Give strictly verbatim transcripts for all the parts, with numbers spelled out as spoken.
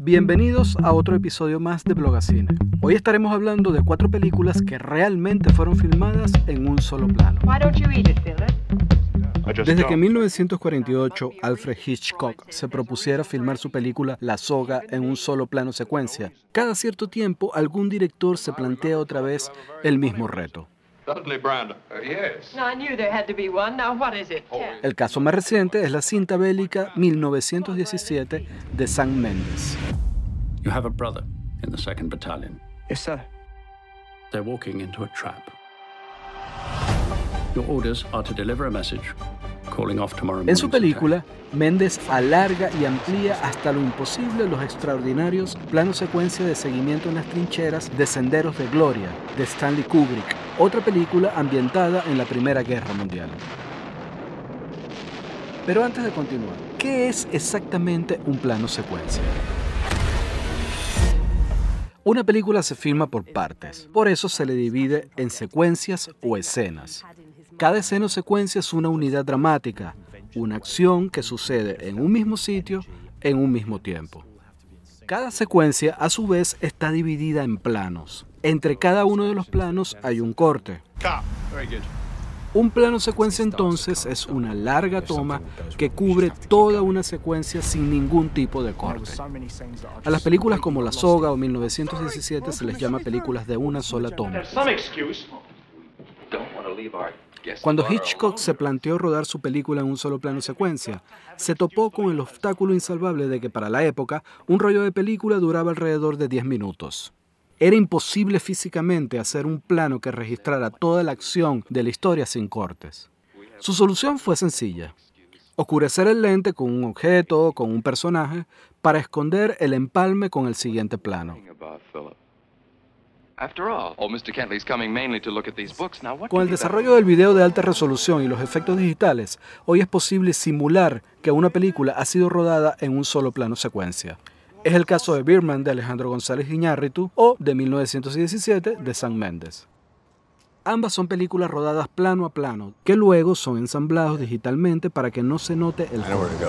Bienvenidos a otro episodio más de Blogacine. Hoy estaremos hablando de cuatro películas que realmente fueron filmadas en un solo plano. Desde que en mil novecientos cuarenta y ocho Alfred Hitchcock se propusiera filmar su película La Soga en un solo plano secuencia, cada cierto tiempo algún director se plantea otra vez el mismo reto. El caso más reciente es la cinta bélica mil novecientos diecisiete de Sam Mendes. You have a brother in the second Battalion. Yes, sir. They're walking into a trap. Your orders are to deliver a message calling off tomorrow morning's En su película, Mendes alarga y amplía hasta lo imposible los extraordinarios planos secuencia de seguimiento en las trincheras de Senderos de Gloria, de Stanley Kubrick, otra película ambientada en la Primera Guerra Mundial. Pero antes de continuar, ¿qué es exactamente un plano secuencia? Una película se filma por partes, por eso se le divide en secuencias o escenas. Cada escena o secuencia es una unidad dramática, una acción que sucede en un mismo sitio, en un mismo tiempo. Cada secuencia, a su vez, está dividida en planos. Entre cada uno de los planos hay un corte. Un plano secuencia, entonces, es una larga toma que cubre toda una secuencia sin ningún tipo de corte. A las películas como La Soga o mil novecientos diecisiete se les llama películas de una sola toma. Cuando Hitchcock se planteó rodar su película en un solo plano secuencia, se topó con el obstáculo insalvable de que para la época un rollo de película duraba alrededor de diez minutos. Era imposible físicamente hacer un plano que registrara toda la acción de la historia sin cortes. Su solución fue sencilla: oscurecer el lente con un objeto o con un personaje para esconder el empalme con el siguiente plano. Con el desarrollo del video de alta resolución y los efectos digitales, hoy es posible simular que una película ha sido rodada en un solo plano secuencia. Es el caso de Birdman de Alejandro González Iñárritu o de mil novecientos diecisiete de Sam Mendes. Ambas son películas rodadas plano a plano, que luego son ensamblados digitalmente para que no se note el corte.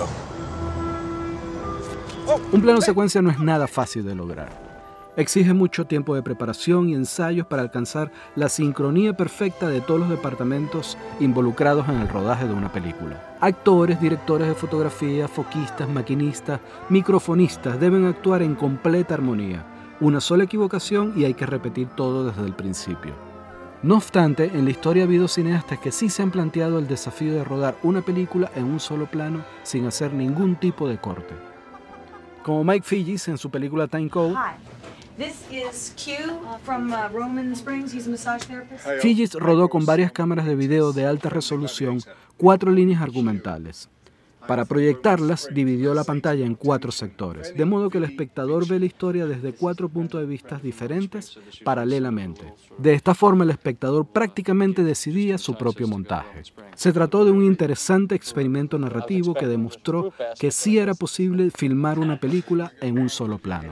Un plano secuencia no es nada fácil de lograr. Exige mucho tiempo de preparación y ensayos para alcanzar la sincronía perfecta de todos los departamentos involucrados en el rodaje de una película. Actores, directores de fotografía, foquistas, maquinistas, microfonistas deben actuar en completa armonía. Una sola equivocación y hay que repetir todo desde el principio. No obstante, en la historia ha habido cineastas que sí se han planteado el desafío de rodar una película en un solo plano sin hacer ningún tipo de corte. Como Mike Figgis en su película Time Code. This is Q from uh, Roman Springs. He's a massage therapist. Figgis rodó con varias cámaras de video de alta resolución cuatro líneas argumentales. Para proyectarlas, dividió la pantalla en cuatro sectores, de modo que el espectador ve la historia desde cuatro puntos de vista diferentes, paralelamente. De esta forma, el espectador prácticamente decidía su propio montaje. Se trató de un interesante experimento narrativo que demostró que sí era posible filmar una película en un solo plano.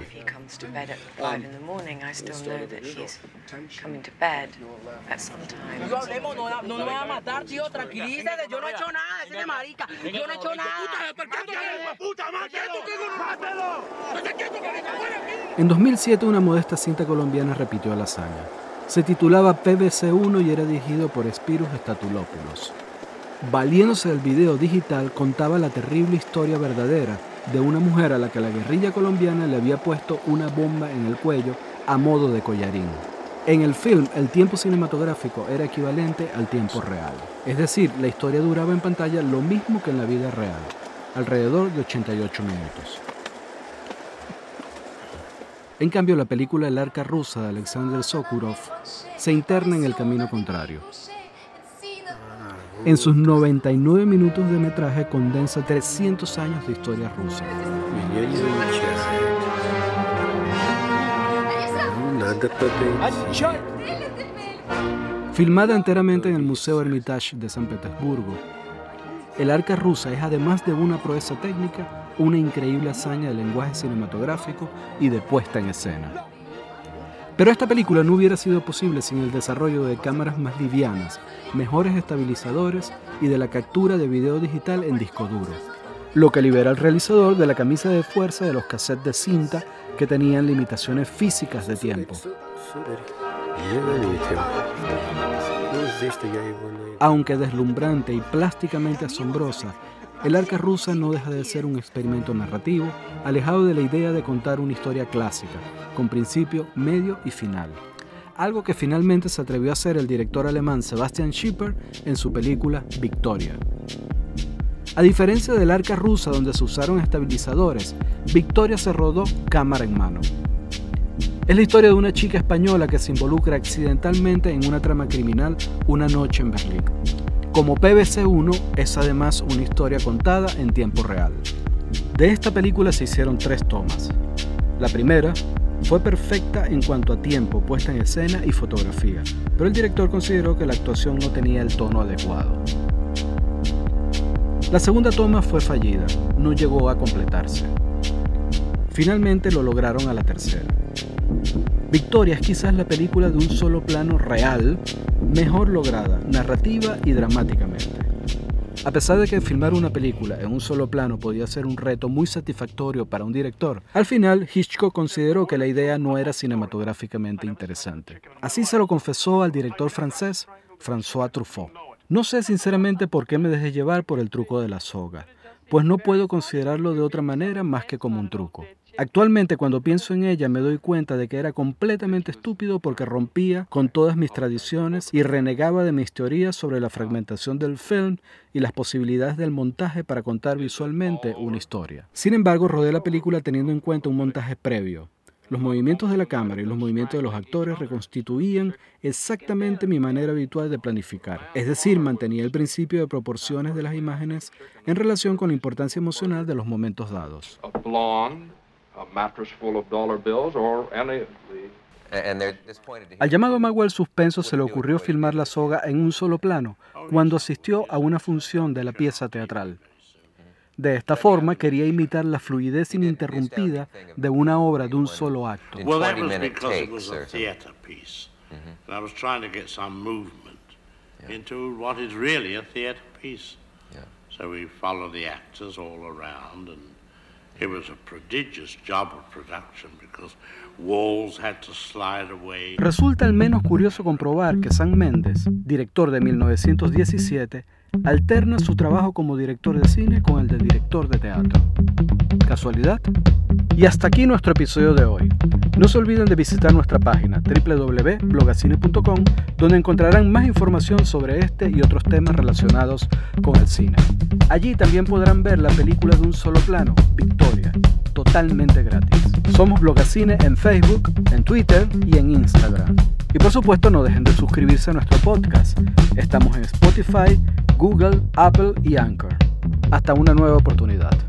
No me va a matar, tío, tranquilízate, yo no he hecho nada, ese de marica, yo no he hecho nada. En dos mil siete, una modesta cinta colombiana repitió la hazaña. Se titulaba P B C uno y era dirigido por Spyros Statulopoulos. Valiéndose del video digital, contaba la terrible historia verdadera de una mujer a la que la guerrilla colombiana le había puesto una bomba en el cuello a modo de collarín. En el film, el tiempo cinematográfico era equivalente al tiempo real. Es decir, la historia duraba en pantalla lo mismo que en la vida real, alrededor de ochenta y ocho minutos. En cambio, la película El arca rusa de Alexander Sokurov se interna en el camino contrario. En sus noventa y nueve minutos de metraje condensa trescientos años de historia rusa. Filmada enteramente en el Museo Hermitage de San Petersburgo, El arca rusa es, además de una proeza técnica, una increíble hazaña de lenguaje cinematográfico y de puesta en escena. Pero esta película no hubiera sido posible sin el desarrollo de cámaras más livianas, mejores estabilizadores y de la captura de video digital en disco duro. lo que libera al realizador de la camisa de fuerza de los cassettes de cinta que tenían limitaciones físicas de tiempo. Aunque deslumbrante y plásticamente asombrosa, El Arca Rusa no deja de ser un experimento narrativo alejado de la idea de contar una historia clásica, con principio, medio y final. Algo que finalmente se atrevió a hacer el director alemán Sebastian Schipper en su película Victoria. A diferencia del Arca Rusa, donde se usaron estabilizadores, Victoria se rodó cámara en mano. Es la historia de una chica española que se involucra accidentalmente en una trama criminal una noche en Berlín. Como P B C uno, es además una historia contada en tiempo real. De esta película se hicieron tres tomas. La primera fue perfecta en cuanto a tiempo, puesta en escena y fotografía, pero el director consideró que la actuación no tenía el tono adecuado. La segunda toma fue fallida, no llegó a completarse. Finalmente lo lograron a la tercera. Victoria es quizás la película de un solo plano real, mejor lograda, narrativa y dramáticamente. A pesar de que filmar una película en un solo plano podía ser un reto muy satisfactorio para un director, al final Hitchcock consideró que la idea no era cinematográficamente interesante. Así se lo confesó al director francés François Truffaut. No sé sinceramente por qué me dejé llevar por el truco de la soga, pues no puedo considerarlo de otra manera más que como un truco. Actualmente, cuando pienso en ella, me doy cuenta de que era completamente estúpido porque rompía con todas mis tradiciones y renegaba de mis teorías sobre la fragmentación del film y las posibilidades del montaje para contar visualmente una historia. Sin embargo, rodé la película teniendo en cuenta un montaje previo. Los movimientos de la cámara y los movimientos de los actores reconstituían exactamente mi manera habitual de planificar. Es decir, mantenía el principio de proporciones de las imágenes en relación con la importancia emocional de los momentos dados. Al llamado mago del suspenso se le ocurrió filmar la soga en un solo plano cuando asistió a una función de la pieza teatral. De esta forma quería imitar la fluidez ininterrumpida de una obra de un solo acto. Well, that was because it was a theater piece. And I was trying to get some movement into what is really a theater piece. So we followed the actors all around, and it was a prodigious job of production because walls had to slide away. Resulta al menos curioso comprobar que Sam Mendes, director de mil novecientos diecisiete, alterna su trabajo como director de cine con el de director de teatro. ¿Casualidad? Y hasta aquí nuestro episodio de hoy. No se olviden de visitar nuestra página doble u doble u doble u punto blogacine punto com, donde encontrarán más información sobre este y otros temas relacionados con el cine. Allí también podrán ver la película de un solo plano, Victoria, totalmente gratis. Somos Blogacine en Facebook, en Twitter y en Instagram. Y por supuesto no dejen de suscribirse a nuestro podcast. Estamos en Spotify, Google, Apple y Anchor. Hasta una nueva oportunidad.